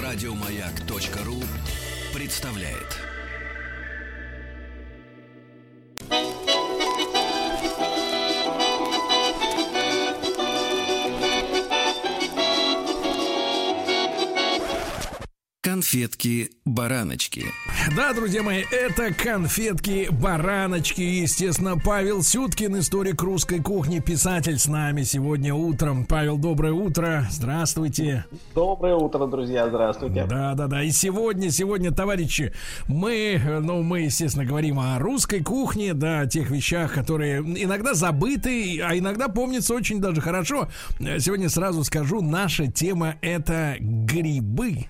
Радиомаяк.ру представляет. Конфетки-бараночки. Да, друзья мои, это конфетки-бараночки. Естественно, Павел Сюткин, историк русской кухни, писатель, с нами сегодня утром. Павел, доброе утро. Здравствуйте. Доброе утро, друзья. Здравствуйте. Да. И сегодня, товарищи, мы, естественно, говорим о русской кухне, да, о тех вещах, которые иногда забыты, а иногда помнятся очень даже хорошо. Сегодня сразу скажу, наша тема — это грибы.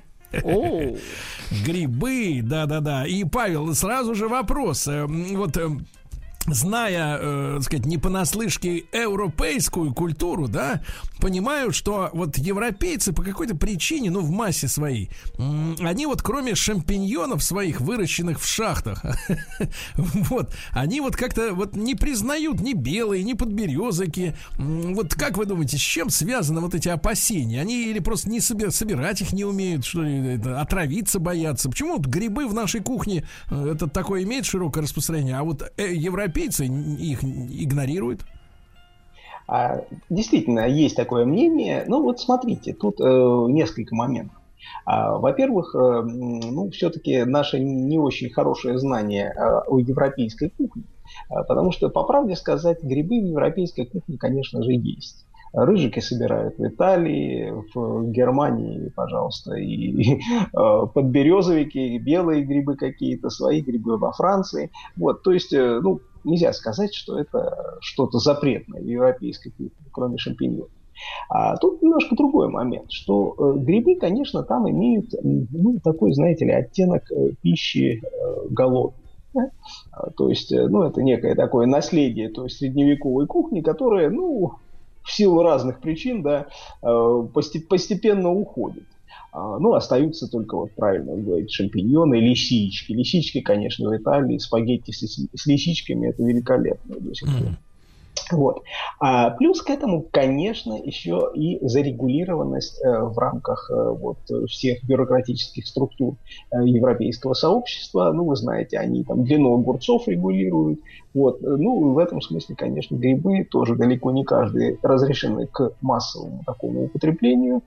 Грибы, да. И, Павел, сразу же вопрос. Зная, сказать, не понаслышке европейскую культуру, да, понимаю, что вот европейцы по какой-то причине, в массе своей, они вот кроме шампиньонов своих, выращенных в шахтах, вот, они вот как-то вот не признают ни белые, ни подберезовики. Вот как вы думаете, с чем связаны вот эти опасения? Они или просто не собирать их не умеют, что ли, отравиться боятся? Почему вот грибы в нашей кухне, это такое имеет широкое распространение, а вот европейцы их игнорируют? Действительно, есть такое мнение. Вот смотрите, тут несколько моментов. Во-первых, все-таки наше не очень хорошее знание о европейской кухне. Потому что, по правде сказать, грибы в европейской кухне, конечно же, есть. Рыжики собирают в Италии, в Германии, пожалуйста, и подберезовики, и белые грибы какие-то, свои грибы во Франции. Вот, то есть, нельзя сказать, что это что-то запретное в европейской кухне, кроме шампиньонов. А тут немножко другой момент, что грибы, конечно, там имеют такой, знаете ли, оттенок пищи голодной. Да? То есть, это некое такое наследие той средневековой кухни, которая, в силу разных причин, да, постепенно уходит. Остаются только, правильно вы говорите, шампиньоны, лисички. Лисички, конечно, в Италии, спагетти с лисичками — это великолепно до сих пор. Вот. Плюс к этому, конечно, еще и зарегулированность в рамках всех бюрократических структур европейского сообщества. Вы знаете, они там длину огурцов регулируют. Вот. В этом смысле, конечно, грибы тоже далеко не каждый разрешены к массовому такому употреблению.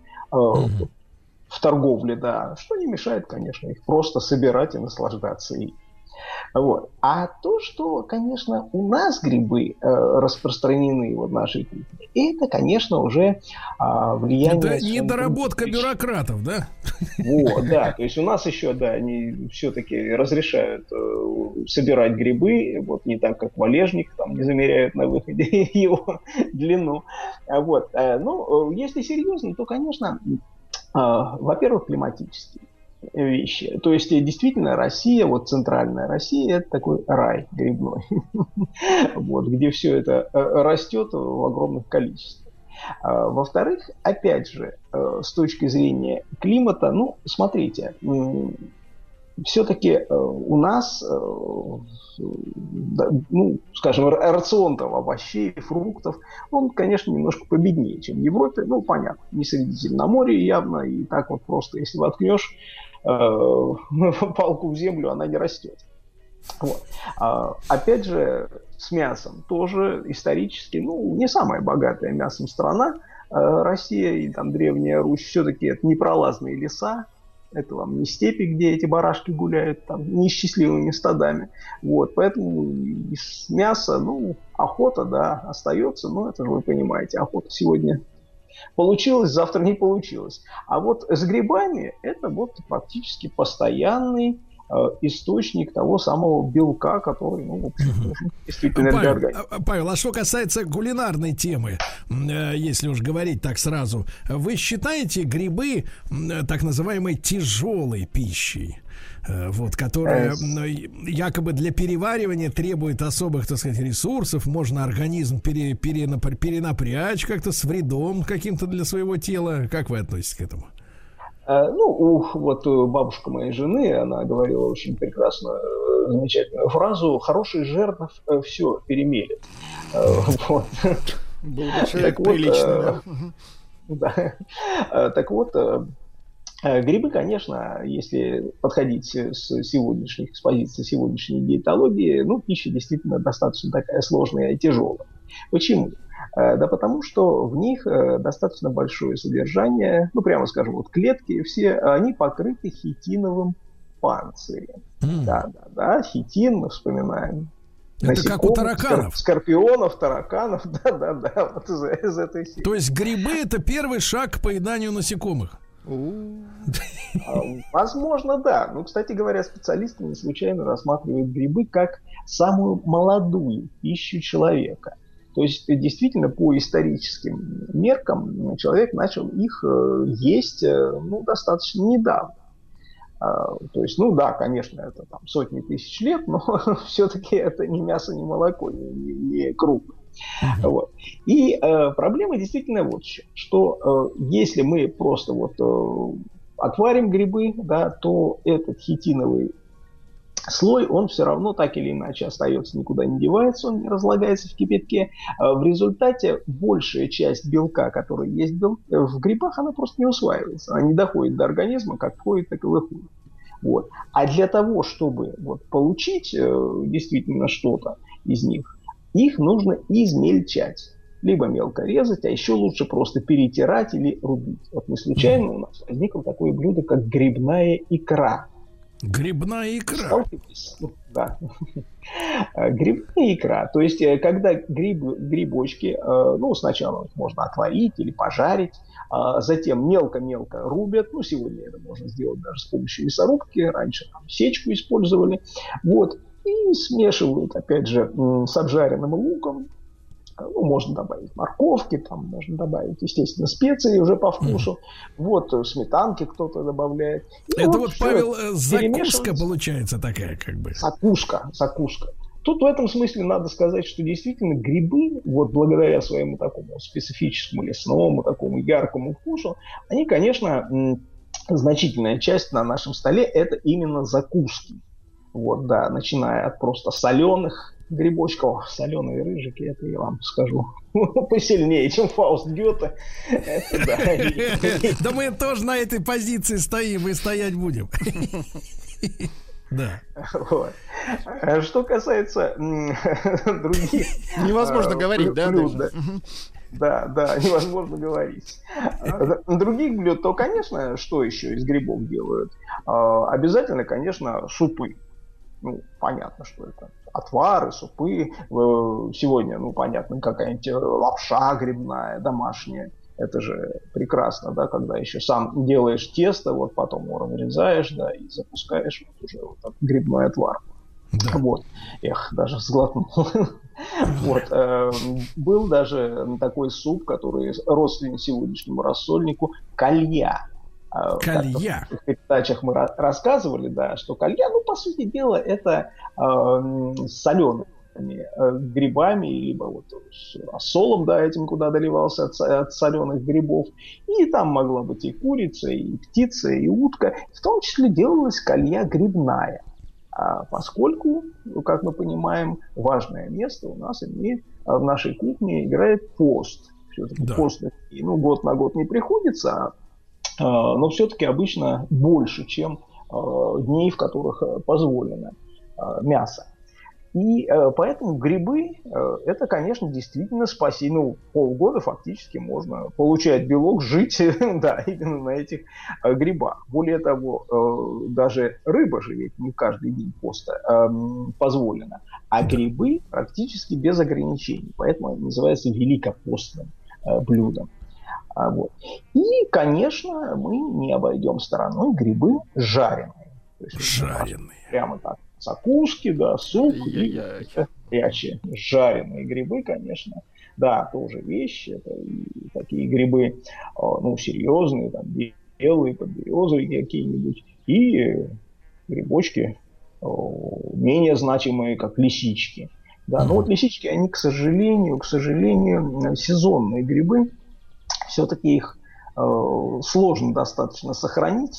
В торговле, да, что не мешает, конечно, их просто собирать и наслаждаться ими. Вот. А то, что, конечно, у нас грибы распространены в нашей кухне, это, конечно, уже влияние... Это недоработка бюрократов, да? Вот, да. То есть у нас еще, да, они все-таки разрешают собирать грибы, не так, как валежник, там не замеряют на выходе его длину. Вот. Если серьезно, то, конечно, во-первых, климатические вещи. То есть, действительно, Россия, центральная Россия, это такой рай грибной, где все это растет в огромных количествах. Во-вторых, опять же, с точки зрения климата, смотрите, все-таки у нас, скажем, рацион овощей, фруктов, он, конечно, немножко победнее, чем в Европе. Понятно, не Средиземноморье явно, и так просто, если воткнешь палку в землю, она не растет. Вот. Опять же, с мясом тоже исторически, не самая богатая мясом страна. Россия и там Древняя Русь все-таки это непролазные леса. Это вам не степи, где эти барашки гуляют там неисчислимыми стадами. Вот, поэтому из мяса, охота, да, остается, но это же вы понимаете, охота сегодня получилась, завтра не получилась. А с грибами это практически постоянный источник того самого белка, который, действительно энергоорганизм. Павел, а что касается кулинарной темы, если уж говорить так сразу, вы считаете грибы так называемой тяжелой пищей? Которая якобы для переваривания требует особых, так сказать, ресурсов, можно организм перенапрячь как-то с вредом каким-то для своего тела. Как вы относитесь к этому? Бабушка моей жены, она говорила очень прекрасно, замечательную фразу: хороший жернов все перемелет. Был бы человек приличный, да. Да. Так вот, Грибы, конечно, если подходить с сегодняшних, с позиции сегодняшней диетологии, ну, пища действительно достаточно такая сложная и тяжелая. Почему? Да потому что в них достаточно большое содержание, ну, прямо скажем, вот клетки все, они покрыты хитиновым панцирем. Да, хитин мы вспоминаем. Это как у тараканов. Скорпионов, тараканов, да, вот из этой серии. То есть грибы — это первый шаг к поеданию насекомых? Возможно, да. Ну, кстати говоря, специалисты не случайно рассматривают грибы как самую молодую пищу человека. То есть, действительно, по историческим меркам человек начал их есть достаточно недавно. То есть, ну да, конечно, это там сотни тысяч лет, но все-таки это не мясо, не молоко, не крупы. Вот. И проблема действительно вот еще, что если мы просто отварим грибы, да, то этот хитиновый слой, он все равно так или иначе остается, никуда не девается, он не разлагается в кипятке. В результате большая часть белка, который есть в грибах, она просто не усваивается. Она не доходит до организма, как входит, так и выходит. Вот. А для того, чтобы получить действительно что-то из них, их нужно измельчать. Либо мелко резать, а еще лучше просто перетирать или рубить. Вот не случайно у нас возникло такое блюдо, как грибная икра. Грибная икра. Да. Грибная икра. То есть, когда грибочки, сначала их можно отварить или пожарить, затем мелко-мелко рубят. Ну, сегодня это можно сделать даже с помощью мясорубки. Раньше сечку использовали. Вот. И смешивают, опять же, с обжаренным луком. Ну, можно добавить морковки, там можно добавить, естественно, специи уже по вкусу. Вот, сметанки кто-то добавляет. И это Павел, закуска получается такая, как бы. Закуска. Тут в этом смысле надо сказать, что действительно грибы, благодаря своему такому специфическому лесному, такому яркому вкусу, они, конечно, значительная часть на нашем столе это именно закуски. Вот, да, начиная от просто соленых грибочков, соленые рыжики, это я вам скажу посильнее, чем Фауст Гёте. Да мы тоже на этой позиции стоим и стоять будем. Да. Что касается других... Невозможно говорить, да? Да, невозможно говорить. Других блюд, то, конечно, что еще из грибов делают? Обязательно, конечно, супы. Ну, понятно, что это отвары, супы. Сегодня, понятно, какая-нибудь лапша грибная, домашняя. Это же прекрасно, да, когда еще сам делаешь тесто, потом его разрезаешь, да, и запускаешь уже грибной отвар. Да. Вот. Даже сглотнул. Был даже такой суп, который родственен сегодняшнему рассольнику, калья. Калья. В передачах мы рассказывали, да, что калья, по сути дела, это с солеными грибами, либо с рассолом, да, этим, куда доливался от соленых грибов. И там могла быть и курица, и птица, и утка. В том числе делалась калья грибная. Поскольку, как мы понимаем, важное место у нас имеет в нашей кухне играет пост. Все-таки пост год на год не приходится, но все-таки обычно больше, чем дней, в которых позволено мясо. И поэтому грибы это, конечно, действительно спасение. Полгода фактически можно получать белок, жить, да, именно на этих грибах. Более того, даже рыба же ведь не каждый день поста позволено. А грибы практически без ограничений. Поэтому они называются великопостным блюдом. И, конечно, мы не обойдем стороной грибы жареные. То есть, жареные. Прямо так. Закуски, да, суп и горячие. Жареные грибы, конечно. Да, тоже вещи. Это и такие грибы, серьезные, там, белые, подберезовые какие-нибудь. И грибочки менее значимые, как лисички. Да, но лисички, они, к сожалению, сезонные грибы. Все-таки их сложно достаточно сохранить.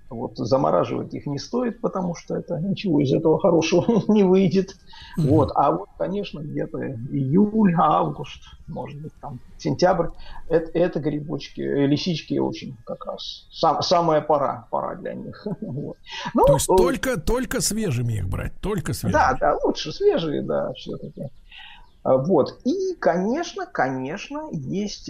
Вот, замораживать их не стоит, потому что это ничего из этого хорошего не выйдет. Вот. А вот, конечно, где-то июль, август, может быть, там сентябрь, это грибочки, лисички очень как раз самая пора для них. Вот. Ну, то есть только свежими их брать, только свежими. Да, лучше свежие, да, все-таки. Вот. И, конечно, есть,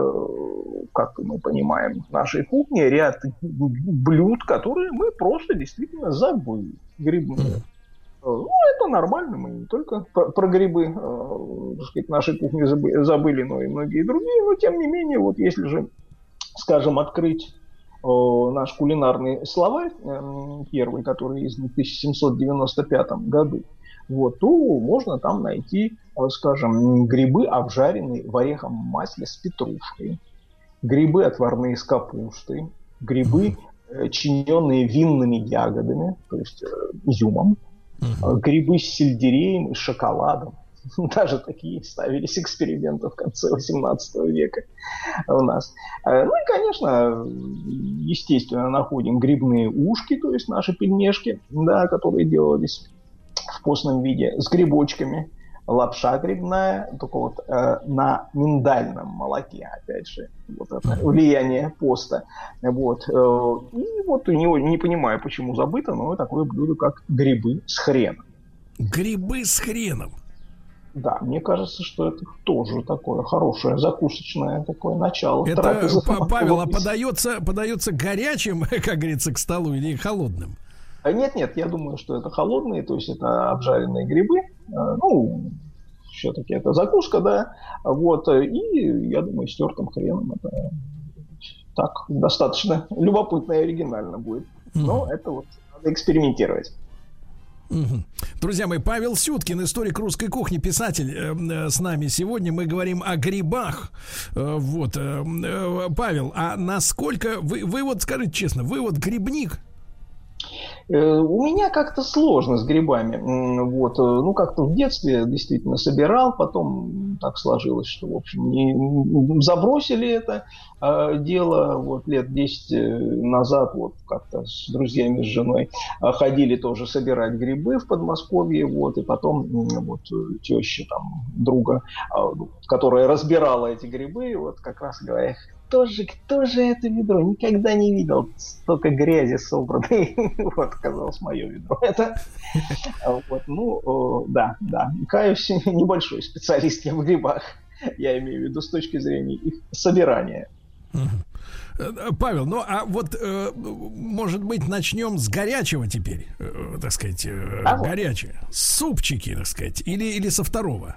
как мы понимаем, в нашей кухне ряд блюд, которые мы просто действительно забыли. Грибные. Ну, это нормально, мы не только про грибы, так сказать, в нашей кухне забыли, но и многие другие. Но, тем не менее, вот если же, скажем, открыть наш кулинарный словарь, первый, который издан в 1795 году, вот, то можно там найти, скажем, грибы, обжаренные в ореховом масле с петрушкой, грибы, отварные с капустой, грибы, чиненные винными ягодами, то есть изюмом, грибы с сельдереем и шоколадом. Даже такие ставились эксперименты в конце 18 века у нас. Ну и, конечно, естественно, находим грибные ушки, то есть наши пельмешки, да, которые делались в постном виде, с грибочками, лапша грибная, только вот на миндальном молоке, опять же, вот это влияние поста. Вот. И вот не понимаю, почему забыто, но такое блюдо, как грибы с хреном. Грибы с хреном? Да, мне кажется, что это тоже такое хорошее закусочное такое начало. Это, Павел, а подается горячим, как говорится, к столу или холодным? Нет, я думаю, что это холодные, то есть это обжаренные грибы. Ну, все-таки это закуска, да. Вот, и, я думаю, с тертым хреном это так достаточно любопытно и оригинально будет. Но это вот надо экспериментировать. Друзья мои, Павел Сюткин, историк русской кухни, писатель, с нами сегодня. Мы говорим о грибах. Вот, Павел, а насколько вы вот скажите честно, вы вот грибник? У меня как-то сложно с грибами. Вот. Ну, как-то в детстве действительно собирал, потом так сложилось, что, в общем, забросили это дело. Вот лет 10 назад вот как-то с друзьями, с женой ходили тоже собирать грибы в Подмосковье. Вот. И потом вот теща там, друга, которая разбирала эти грибы, вот как раз говорит: кто же это ведро? Никогда не видел столько грязи собранной. Вот, оказалось, мое ведро. Это, вот, ну, да. Каюсь, небольшой специалист я в грибах. Я имею в виду с точки зрения их собирания. Павел, ну а вот, может быть, начнем с горячего теперь, так сказать, горячее. Супчики, так сказать, или со второго?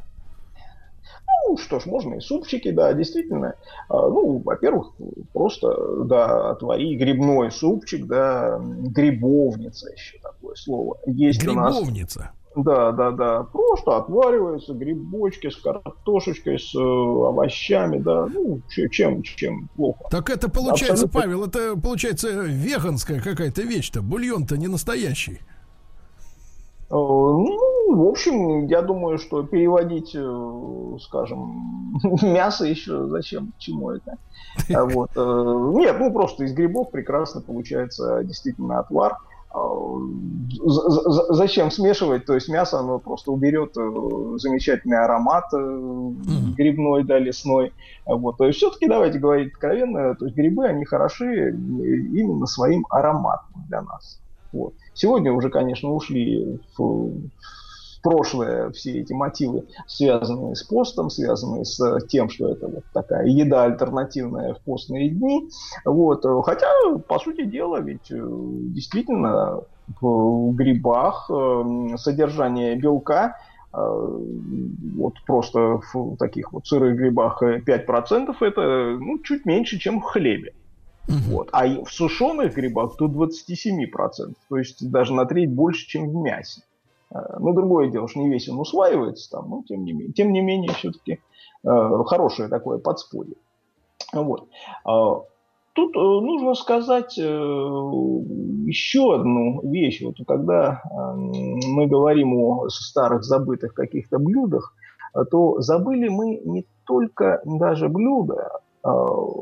Ну, что ж, можно и супчики, да, действительно. Ну, во-первых, просто, да, отвари грибной супчик, да, грибовница еще такое слово. Есть грибовница? У нас, да, просто отвариваются грибочки с картошечкой, с овощами, да, ну, чем плохо. Так это получается, абсолютно... Павел, это получается веганская какая-то вещь-то, бульон-то не настоящий. Ну, в общем, я думаю, что переводить, скажем, мясо еще зачем, к чему это? Вот. Нет, ну просто из грибов прекрасно получается действительно отвар. Зачем смешивать? То есть мясо, оно просто уберет замечательный аромат грибной, да, лесной. Вот. То есть все-таки, давайте говорить откровенно, то есть грибы, они хороши именно своим ароматом для нас. Вот. Сегодня уже, конечно, ушли в прошлое все эти мотивы, связанные с постом, связанные с тем, что это вот такая еда альтернативная в постные дни. Вот. Хотя, по сути дела, ведь действительно в грибах содержание белка вот просто в таких вот сырых грибах 5% это чуть меньше, чем в хлебе. Вот. А в сушеных грибах до 27%. То есть даже на треть больше, чем в мясе. Ну, другое дело, что не весь он усваивается там, но тем не менее все-таки хорошее такое подспорье. Вот. Тут нужно сказать еще одну вещь. Вот когда мы говорим о старых забытых каких-то блюдах, то забыли мы не только даже блюда,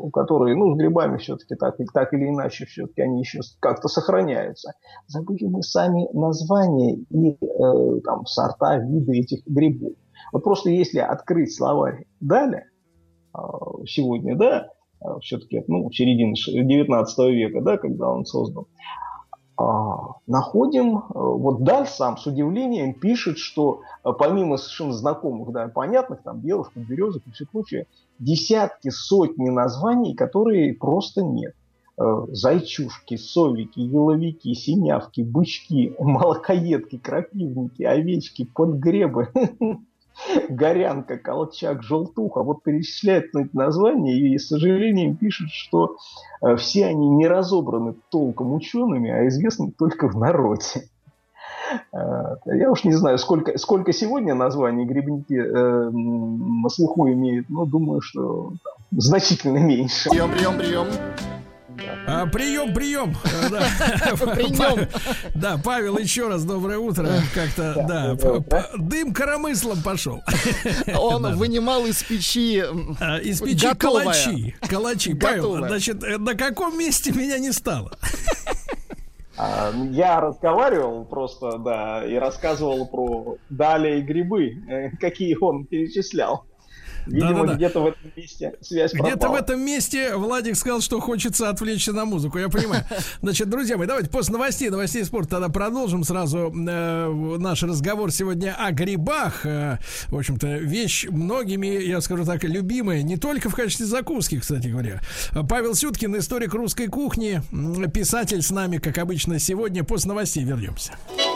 которые, ну, с грибами все-таки так или иначе, все-таки они еще как-то сохраняются. Забыли мы сами названия и там, сорта, виды этих грибов. Вот просто если открыть словарь Даля сегодня, да, все-таки, ну, середины 19 века, да, когда он создан, находим, вот Даль сам с удивлением пишет, что помимо совершенно знакомых, да, понятных, там, белых, березок и все прочее, десятки, сотни названий, которые просто нет. Зайчушки, совики, еловики, синявки, бычки, молокоедки, крапивники, овечки, подгребы, горянка, колчак, желтуха. Вот перечисляет эти названия и с сожалением пишет, что все они не разобраны толком учеными, а известны только в народе. Я уж не знаю, сколько сегодня названий грибники на слуху имеют, но думаю, что там, значительно меньше. Прием. Прием. Да, Павел, еще раз доброе утро. Как-то, да, дым коромыслом пошел. Он вынимал из печи калачи. Павел, значит, на каком месте меня не стало? Я разговаривал просто, да, и рассказывал про Даля и грибы, какие он перечислял. Видимо, где-то в этом месте связь пропала. Где-то в этом месте Владик сказал, что хочется отвлечься на музыку, я понимаю. Значит, друзья мои, давайте после новостей спорта тогда продолжим сразу наш разговор сегодня о грибах. В общем-то, вещь многими, я скажу так, любимая, не только в качестве закуски, кстати говоря. Павел Сюткин, историк русской кухни, писатель с нами, как обычно, сегодня. После новостей вернемся.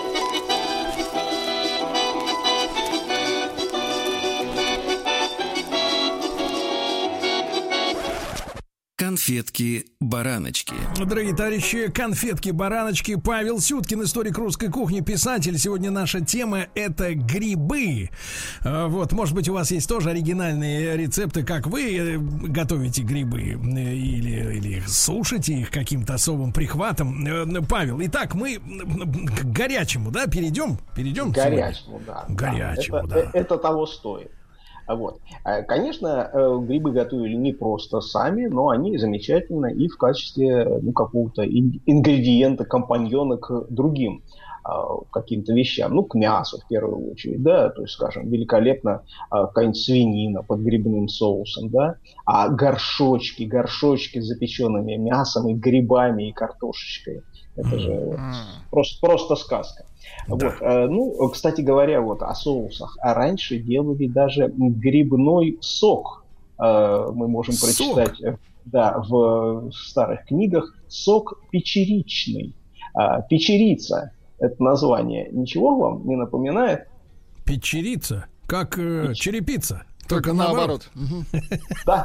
Конфетки-бараночки. Дорогие товарищи, конфетки-бараночки. Павел Сюткин, историк русской кухни, писатель. Сегодня наша тема — это грибы. Вот, может быть, у вас есть тоже оригинальные рецепты, как вы готовите грибы или сушите их каким-то особым прихватом. Павел, итак, мы к горячему, да, перейдем? К горячему, да. Горячему, да. Это того стоит. Вот. Конечно, грибы готовили не просто сами, но они замечательно и в качестве какого-то ингредиента, компаньона к другим каким-то вещам, к мясу в первую очередь, да, то есть, скажем, великолепно какая-нибудь свинина под грибным соусом, да, а горшочки с запеченными мясом и грибами и картошечкой, это же просто сказка. Да. Вот. Кстати говоря, вот о соусах. А раньше делали даже грибной сок. Мы можем прочитать в старых книгах. Сок печеричный. Печерица. Это название. Ничего вам не напоминает? Печерица? Как черепица. Только наоборот. Да.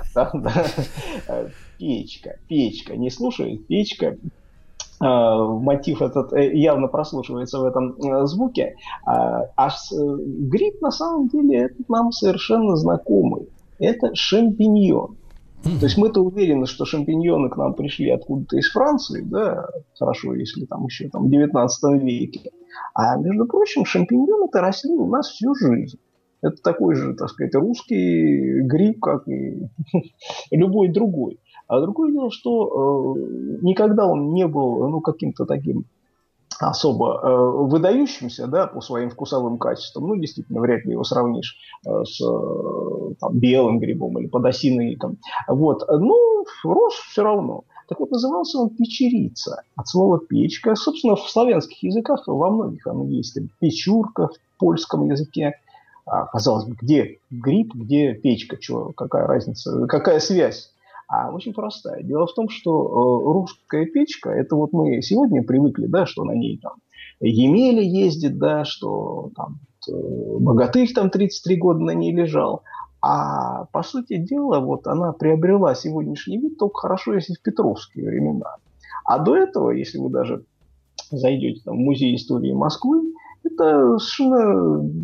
Печка. Не слушает? Печка. Мотив этот явно прослушивается в этом звуке. Гриб, на самом деле, это нам совершенно знакомый. Это шампиньон. То есть мы-то уверены, что шампиньоны к нам пришли откуда-то из Франции, да, хорошо, если там еще в 19 веке. А, между прочим, шампиньоны-то росли у нас всю жизнь. Это такой же, так сказать, русский гриб, как и любой другой. А другое дело, что никогда он не был каким-то таким особо выдающимся, да, по своим вкусовым качествам. Действительно, вряд ли его сравнишь с белым грибом или подосиновиком. Вот. Рос все равно. Так вот, назывался он печерица. От слова печка. Собственно, в славянских языках во многих оно есть. Печурка в польском языке. Казалось бы, где гриб, где печка? Какая разница? Какая связь? Очень простая. Дело в том, что русская печка, это вот мы сегодня привыкли, да, что на ней там Емеля ездит, да, что там богатырь там 33 года на ней лежал. А по сути дела, вот она приобрела сегодняшний вид только хорошо, если в петровские времена. А до этого, если вы даже зайдете в музей истории Москвы, это совершенно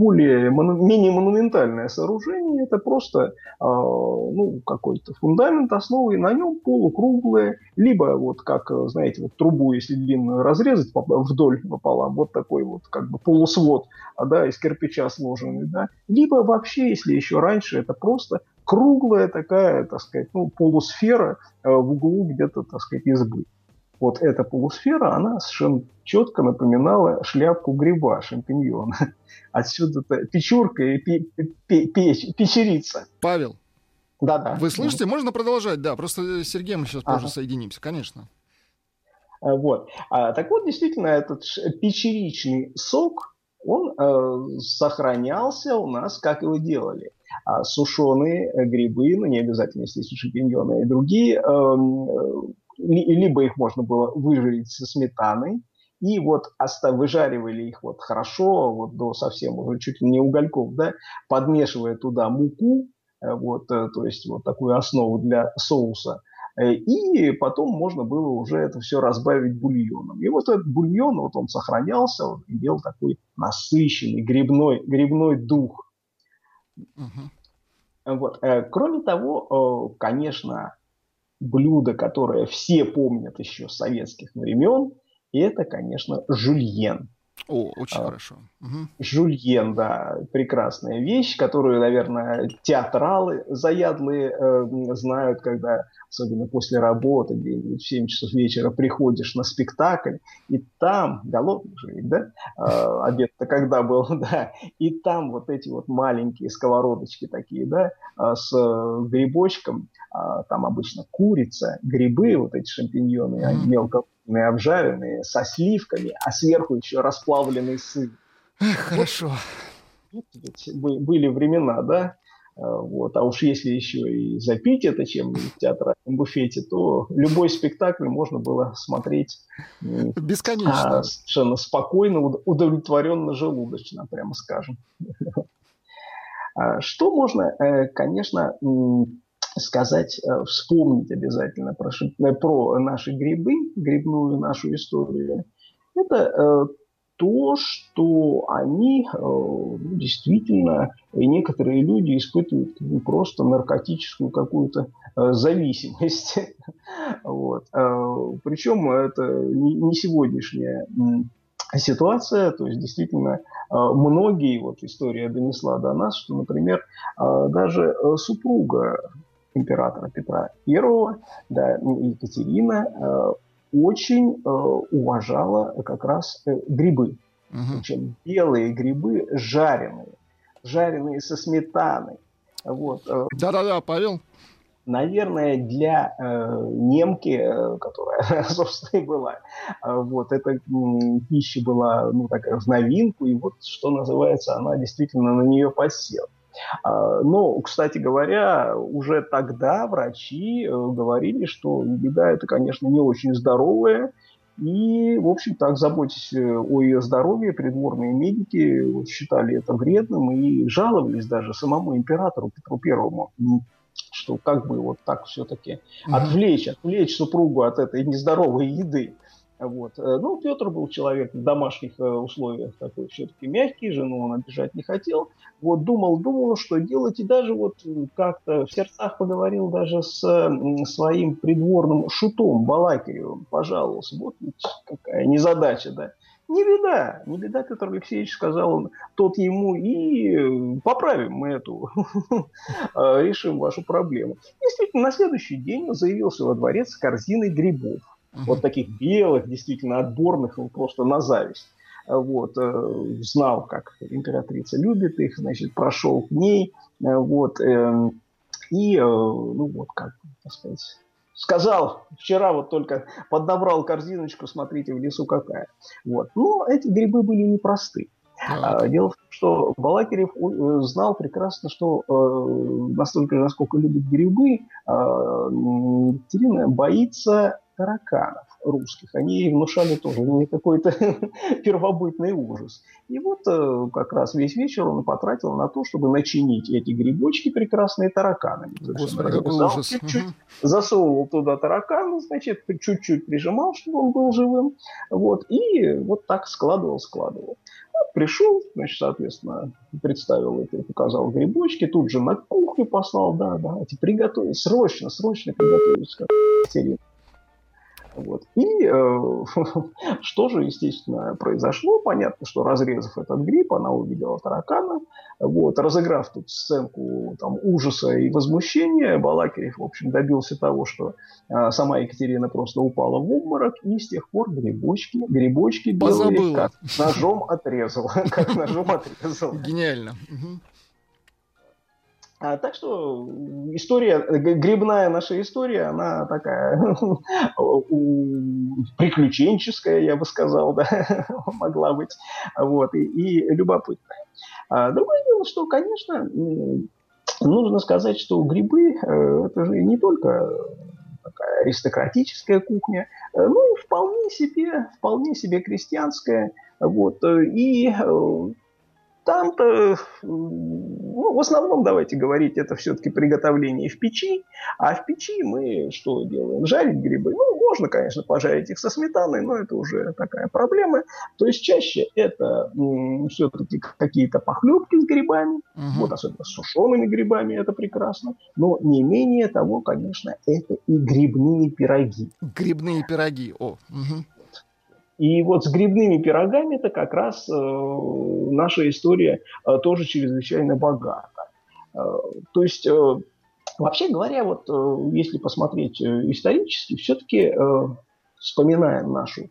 менее монументальное сооружение. Это просто какой-то фундамент основы, и на нем полукруглое, либо вот как, знаете, вот трубу, если длинную разрезать вдоль пополам, вот такой вот как бы полусвод, да, из кирпича сложенный, да, либо вообще, если еще раньше, это просто круглая такая, так сказать, полусфера в углу где-то, так сказать, избы. Вот эта полусфера, она совершенно четко напоминала шляпку гриба, шампиньона. Отсюда-то печурка и печерица. Павел, да. Вы слышите? Можно продолжать? Да, просто с Сергеем мы сейчас позже соединимся, конечно. Вот. Так вот, действительно, этот печеричный сок, он сохранялся у нас, как его делали. Сушеные грибы, не обязательно, естественно, шампиньоны и другие, либо их можно было выжарить со сметаной, и вот выжаривали их вот хорошо, вот до совсем уже чуть ли не угольков, да, подмешивая туда муку, вот, то есть вот такую основу для соуса, и потом можно было уже это все разбавить бульоном. И вот этот бульон, вот он сохранялся, он имел такой насыщенный грибной дух. Вот. Кроме того, конечно, блюдо, которое все помнят еще с советских времен, это, конечно, жульен. О, очень хорошо. Жульен, да, прекрасная вещь, которую, наверное, театралы заядлые знают, когда, особенно после работы, где-нибудь в 7 часов вечера приходишь на спектакль, и там, голодный же, да, обед-то когда был, да, и там вот эти вот маленькие сковородочки такие, да, с грибочком, там обычно курица, грибы, вот эти шампиньоны, они мелко обжаренные, со сливками, а сверху еще расплавленный сыр. Хорошо. Вот, были времена, да? Вот. А уж если еще и запить это чем-нибудь в театральном буфете, то любой спектакль можно было смотреть бесконечно. Совершенно спокойно, удовлетворенно, желудочно, прямо скажем. Что можно, конечно, сказать, вспомнить обязательно про наши грибы, грибную нашу историю, это то, что они действительно, некоторые люди испытывают просто наркотическую какую-то зависимость. Вот. Причем это не сегодняшняя ситуация, то есть действительно многие, вот история донесла до нас, что, например, даже супруга императора Петра I, да, Екатерина, очень уважала как раз грибы. Причем белые грибы жареные со сметаной. Вот. Да-да-да, Павел. Наверное, для немки, которая, собственно, и была, вот, эта пища была, такая в новинку, и вот, что называется, она действительно на нее подсела. Но, кстати говоря, уже тогда врачи говорили, что еда это, конечно, не очень здоровая, и, в общем, так, заботясь о ее здоровье, придворные медики считали это вредным и жаловались даже самому императору Петру Первому, что как бы вот так все-таки отвлечь супругу от этой нездоровой еды. Вот. Петр был человек в домашних условиях такой все-таки мягкий, жену он обижать не хотел. Вот, думал, что делать, и даже вот как-то в сердцах поговорил даже с своим придворным шутом Балакиревым, пожаловался. Вот какая незадача, да. Не беда, Петр Алексеевич, сказал он, тот ему, и поправим мы эту, решим вашу проблему. Действительно, на следующий день он заявился во дворец с корзиной грибов. Вот таких белых, действительно отборных, просто на зависть. Вот, знал, как императрица любит их, значит, прошел к ней, вот, и, как сказать, сказал, вчера вот только подобрал корзиночку, смотрите, в лесу какая. Вот. Но эти грибы были непросты. Дело в том, что Балакирев знал прекрасно, что настолько, насколько любит грибы, Екатерина боится тараканов русских. Они ей внушали тоже не какой-то первобытный ужас. И вот как раз весь вечер он потратил на то, чтобы начинить эти грибочки прекрасные тараканами. Господи, какой ужас. Чуть-чуть засовывал туда таракана, значит, чуть-чуть прижимал, чтобы он был живым. Вот, и вот так складывал. Пришел, значит, соответственно, представил это и показал грибочки, тут же на кухню послал, да, давайте приготовить, срочно приготовить к Екатерине. Вот. И что же, естественно, произошло? Понятно, что разрезав этот гриб, она увидела таракана. Вот. Разыграв тут сценку там, ужаса и возмущения, Балакирев, в общем, добился того, что сама Екатерина просто упала в обморок, и с тех пор грибочки белые, как ножом отрезал. Гениально. Так что история, грибная наша история, она такая приключенческая, я бы сказал, да, могла быть, вот, и любопытная. Другое дело, что, конечно, нужно сказать, что грибы это же не только такая аристократическая кухня, но и вполне себе крестьянская, вот, и там-то, в основном, давайте говорить, это все-таки приготовление в печи. А в печи мы что делаем? Жарить грибы. Можно, конечно, пожарить их со сметаной, но это уже такая проблема. То есть чаще это все-таки какие-то похлебки с грибами, вот особенно с сушеными грибами, это прекрасно. Но не менее того, конечно, это и грибные пироги. Грибные пироги, И вот с грибными пирогами-то как раз наша история тоже чрезвычайно богата. То есть, вообще говоря, вот если посмотреть исторически, все-таки вспоминаем нашу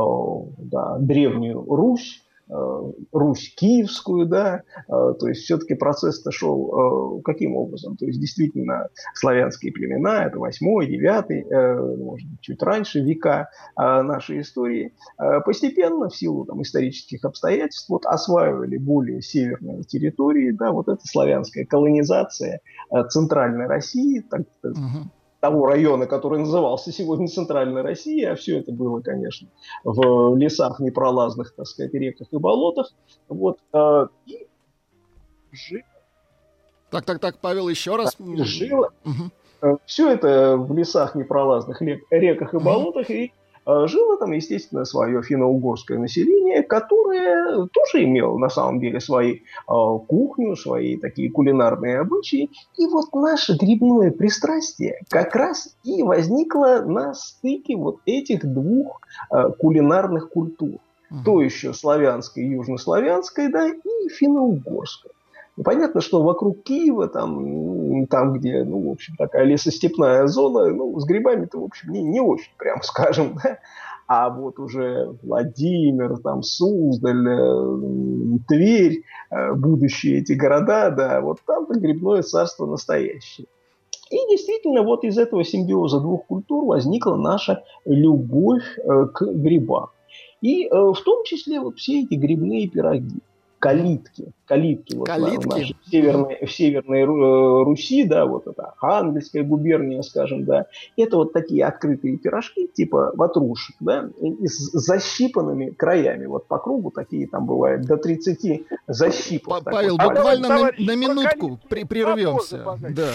древнюю Русь, Русь Киевскую, да, то есть все-таки процесс-то шел каким образом? То есть действительно славянские племена, это 8-й, 9-й, может быть, чуть раньше века нашей истории, постепенно в силу там, исторических обстоятельств вот, осваивали более северные территории, да, вот эта славянская колонизация центральной России, того района, который назывался сегодня Центральной Россией, а все это было, конечно, в лесах непролазных, так сказать, реках и болотах. Вот, и жило. Так, Павел, еще раз. Жило. Все это в лесах непролазных, реках и болотах, и жило там, естественно, свое финно-угорское население, которое тоже имело, на самом деле, свои кухню, свои такие кулинарные обычаи. И вот наше грибное пристрастие как раз и возникло на стыке вот этих двух кулинарных культур. То еще славянской, южнославянской, да, и финно-угорской. Понятно, что вокруг Киева, там где, в общем, такая лесостепная зона, с грибами-то, в общем, не очень, прямо скажем, да. А вот уже Владимир, Суздаль, Тверь, будущие эти города, да, вот там-то грибное царство настоящее. И действительно, вот из этого симбиоза двух культур возникла наша любовь к грибам. И в том числе вот все эти грибные пироги. Калитки. Вот в Северной Руси, да, вот это Архангельская губерния, скажем, да, это вот такие открытые пирожки, типа ватрушек, да, с защипанными краями, вот по кругу такие там бывают, до 30 защипов. Павел, буквально на минутку прервемся. Да.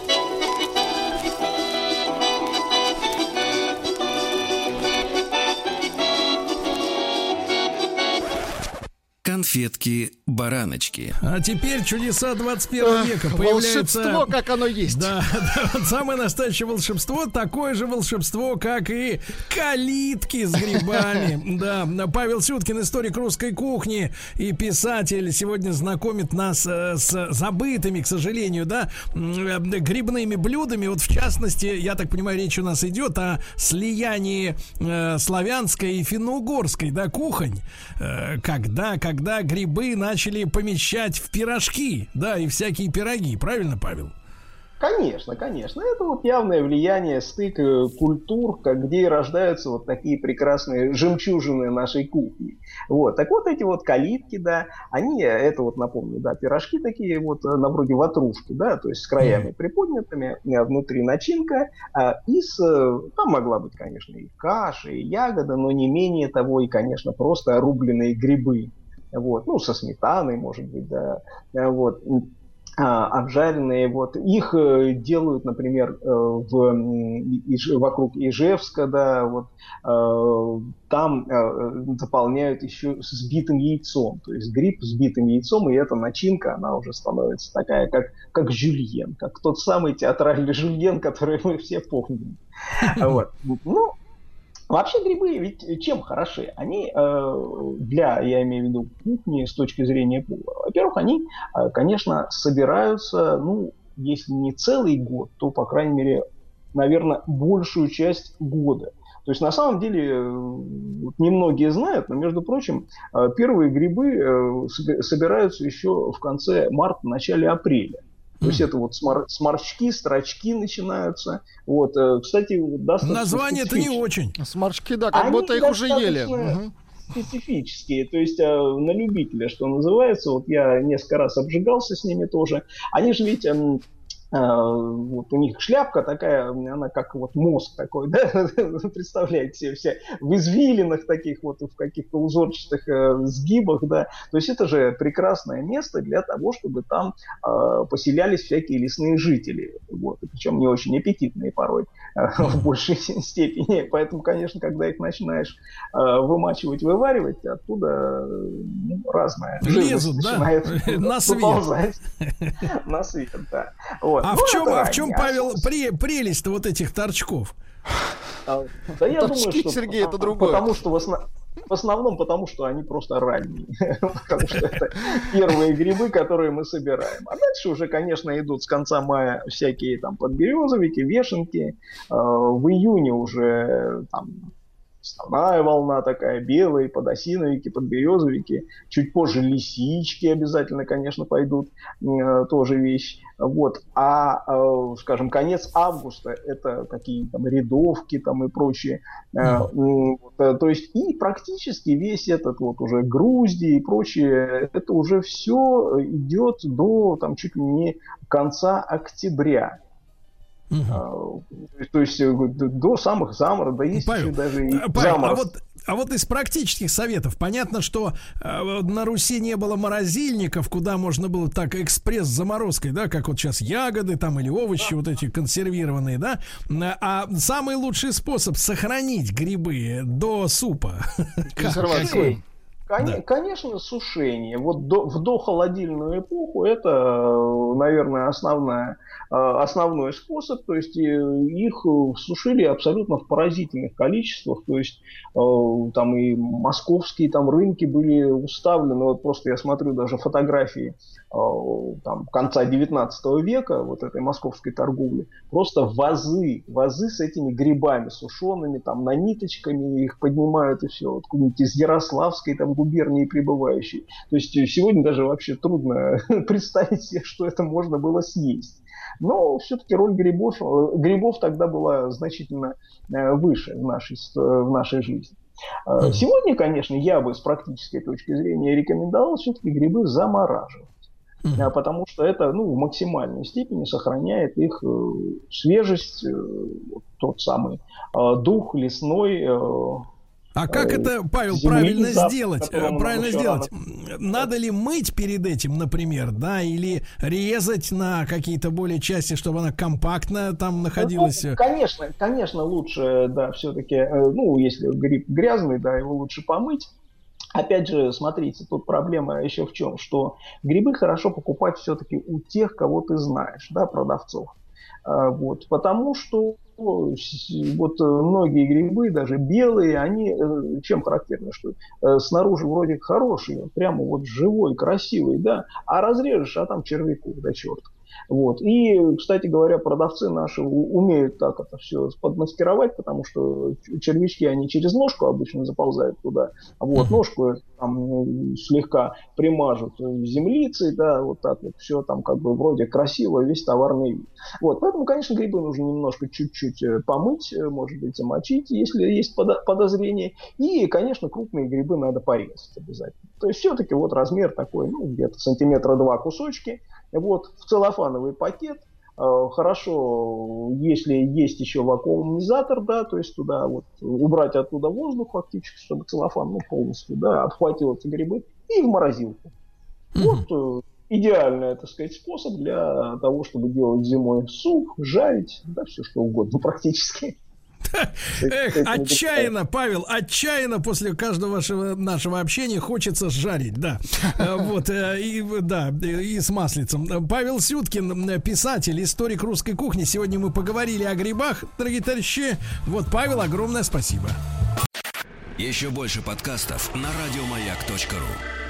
Конфетки-бараночки. А теперь чудеса 21 века появляются. Волшебство, как оно есть. Да, вот самое настоящее волшебство, такое же волшебство, как и калитки с грибами. Да, Павел Сюткин, историк русской кухни и писатель, сегодня знакомит нас с забытыми, к сожалению, да, грибными блюдами. Вот в частности, я так понимаю, речь у нас идет о слиянии славянской и финно-угорской, да, кухонь. Когда грибы начали помещать в пирожки, да, и всякие пироги. Правильно, Павел? Конечно. Это вот явное влияние, стык культур, где рождаются вот такие прекрасные жемчужины нашей кухни. Вот. Так вот эти вот калитки, да, они, это вот напомню, да, пирожки такие вот на вроде ватрушки, да, то есть с краями приподнятыми, внутри начинка, там могла быть, конечно, и каша, и ягода, но не менее того и, конечно, просто рубленые грибы. Вот, со сметаной, может быть, да, вот. обжаренные, вот их делают, например, вокруг Ижевска, да, вот там заполняют еще с взбитым яйцом, то есть гриб с взбитым яйцом, и эта начинка, она уже становится такая, как жюльен, как тот самый театральный жюльен, который мы все помним. Вот. Ну, вообще грибы ведь чем хороши? Они я имею в виду, кухни с точки зрения повара. Во-первых, они, конечно, собираются, ну, если не целый год, то, по крайней мере, наверное, большую часть года. То есть, на самом деле, немногие знают, но, между прочим, первые грибы собираются еще в конце марта, начале апреля. То есть это вот сморчки, строчки начинаются. Вот, кстати, достаточно название-то не очень. Сморчки, да, как будто их уже ели. Специфические, то есть на любителя, что называется. Вот я несколько раз обжигался с ними тоже. Они же ведь... вот у них шляпка такая, она как вот мозг такой, да, представляете себе, все в извилинах таких вот, в каких-то узорчатых сгибах, да, то есть это же прекрасное место для того, чтобы там поселялись всякие лесные жители, вот, причем не очень аппетитные порой в большей степени, поэтому, конечно, когда их начинаешь вымачивать, вываривать, оттуда разная лезут, живность да? начинает На выползать на свет, да. Вот. А ну, в чем, Павел, прелесть вот этих торчков? Да я Торчки, думаю, что Сергей, это другое. потому что в основном потому, что они просто ранние. Потому что это первые грибы, которые мы собираем. А дальше уже, конечно, идут с конца мая всякие там подберезовики, вешенки. В июне уже там основная волна такая, белые, подосиновики, подберезовики. Чуть позже лисички обязательно, конечно, пойдут, тоже вещь. Вот. Скажем, конец августа – это какие там рядовки там и прочее. То есть и практически весь этот вот уже грузди и прочее, это уже все идет до там чуть ли не конца октября. То есть до самых заморозков, да есть еще даже и заморозки. А вот из практических советов, понятно, что на Руси не было морозильников, куда можно было так экспресс-заморозкой, да, как вот сейчас ягоды там или овощи вот эти консервированные, да, а самый лучший способ сохранить грибы до супа. Консервации. Конечно, сушение. Вот в дохолодильную эпоху это, наверное, основной способ. То есть их сушили абсолютно в поразительных количествах. То есть там и московские там рынки были уставлены. Вот просто я смотрю даже фотографии там, конца 19 века вот этой московской торговли. Просто вазы с этими грибами сушеными, там на ниточками их поднимают и все. Вот куда-нибудь из Ярославской там губернии прибывающей. То есть сегодня даже вообще трудно представить себе, что это можно было съесть. Но все-таки роль грибов тогда была значительно выше в нашей жизни. Сегодня, конечно, я бы с практической точки зрения рекомендовал все-таки грибы замораживать. Потому что это в максимальной степени сохраняет их свежесть, тот самый дух лесной. А как это, Павел, правильно сделать? Надо ли мыть перед этим, например, да, или резать на какие-то более части, чтобы она компактно там находилась? Конечно, лучше, да, все-таки, если гриб грязный, да, его лучше помыть. Опять же, смотрите, тут проблема еще в чем, что грибы хорошо покупать все-таки у тех, кого ты знаешь, да, продавцов. Вот, потому что вот многие грибы, даже белые, они чем характерны, что снаружи вроде хорошие, прямо вот живой, красивый, да, а разрежешь, а там червяков до черта. Вот. И, кстати говоря, продавцы наши умеют так это все подмаскировать, потому что червячки, они через ножку обычно заползают туда. Вот, ножку там слегка примажут землицей, да, вот так вот все там как бы вроде красиво, весь товарный вид. Вот, поэтому, конечно, грибы нужно немножко чуть-чуть помыть, может быть, замочить, если есть подозрение. И, конечно, крупные грибы надо порезать обязательно. То есть все-таки вот размер такой, где-то сантиметра 2 кусочки. Вот, в целлофановый пакет. Хорошо, если есть еще вакуумизатор, да, то есть туда вот убрать оттуда воздух фактически, чтобы целлофан полностью, да, обхватил эти грибы, и в морозилку. Вот идеальный, так сказать, способ для того, чтобы делать зимой суп, жарить, да, все что угодно практически. Эх, отчаянно, Павел, отчаянно после каждого нашего общения хочется жарить, да. Вот, и с маслицем. Павел Сюткин, писатель, историк русской кухни. Сегодня мы поговорили о грибах, дорогие товарищи. Вот, Павел, огромное спасибо. Еще больше подкастов на радиомаяк.ру.